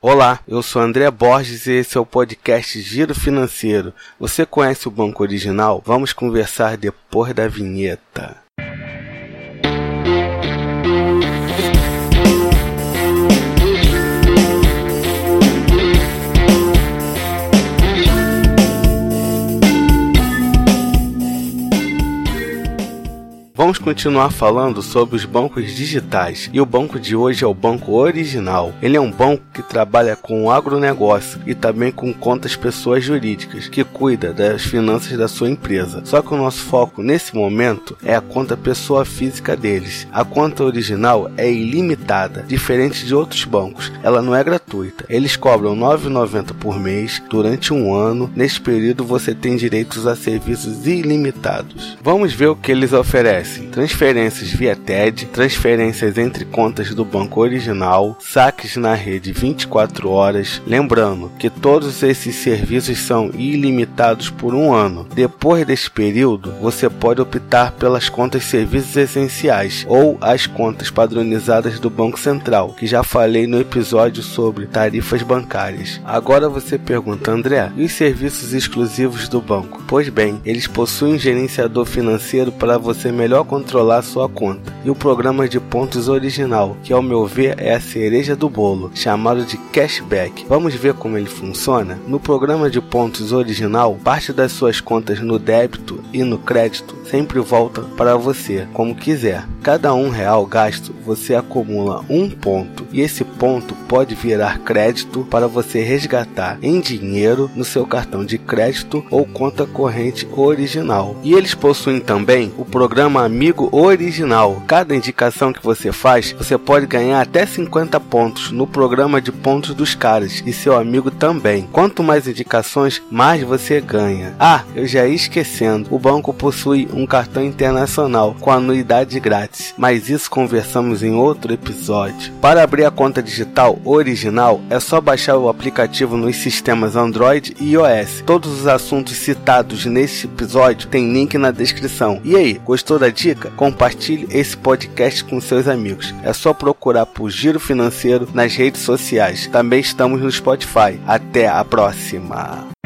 Olá, eu sou André Borges e esse é o podcast Giro Financeiro. Você conhece o Banco Original? Vamos conversar depois da vinheta. Vamos continuar falando sobre os bancos digitais, e o banco de hoje é o Banco Original. Ele é um banco que trabalha com o agronegócio e também com contas pessoas jurídicas, que cuida das finanças da sua empresa. Só que o nosso foco nesse momento é a conta pessoa física deles. A conta Original é ilimitada, diferente de outros bancos. Ela não é gratuita. Eles cobram R$ 9,90 por mês durante um ano. Neste período você tem direitos a serviços ilimitados. Vamos ver o que eles oferecem. Transferências via TED, transferências entre contas do Banco Original, saques na rede 24 horas. Lembrando que todos esses serviços são ilimitados por um ano. Depois deste período, você pode optar pelas contas serviços essenciais ou as contas padronizadas do Banco Central, que já falei no episódio sobre tarifas bancárias. Agora você pergunta, André, e os serviços exclusivos do banco? Pois bem, eles possuem um gerenciador financeiro para você melhor controlar sua conta, e o programa de pontos Original, que ao meu ver é a cereja do bolo, chamado de Cashback. Vamos ver como ele funciona? No programa de pontos Original, parte das suas contas no débito e no crédito sempre volta para você, como quiser. Cada R$1 gasto, você acumula um ponto, e esse ponto pode virar crédito para você resgatar em dinheiro no seu cartão de crédito ou conta corrente Original. E eles possuem também o programa Amigo Original. Cada indicação que você faz, você pode ganhar até 50 pontos no programa de pontos dos caras, e seu amigo também. Quanto mais indicações, mais você ganha. Ah, eu já ia esquecendo, o banco possui um cartão internacional com anuidade grátis, mas isso conversamos em outro episódio. Para abrir a conta digital Original, é só baixar o aplicativo nos sistemas Android e iOS. Todos os assuntos citados neste episódio tem link na descrição. E aí, gostou da dica? Compartilhe esse podcast com seus amigos. É só procurar por Giro Financeiro nas redes sociais. Também estamos no Spotify. Até a próxima!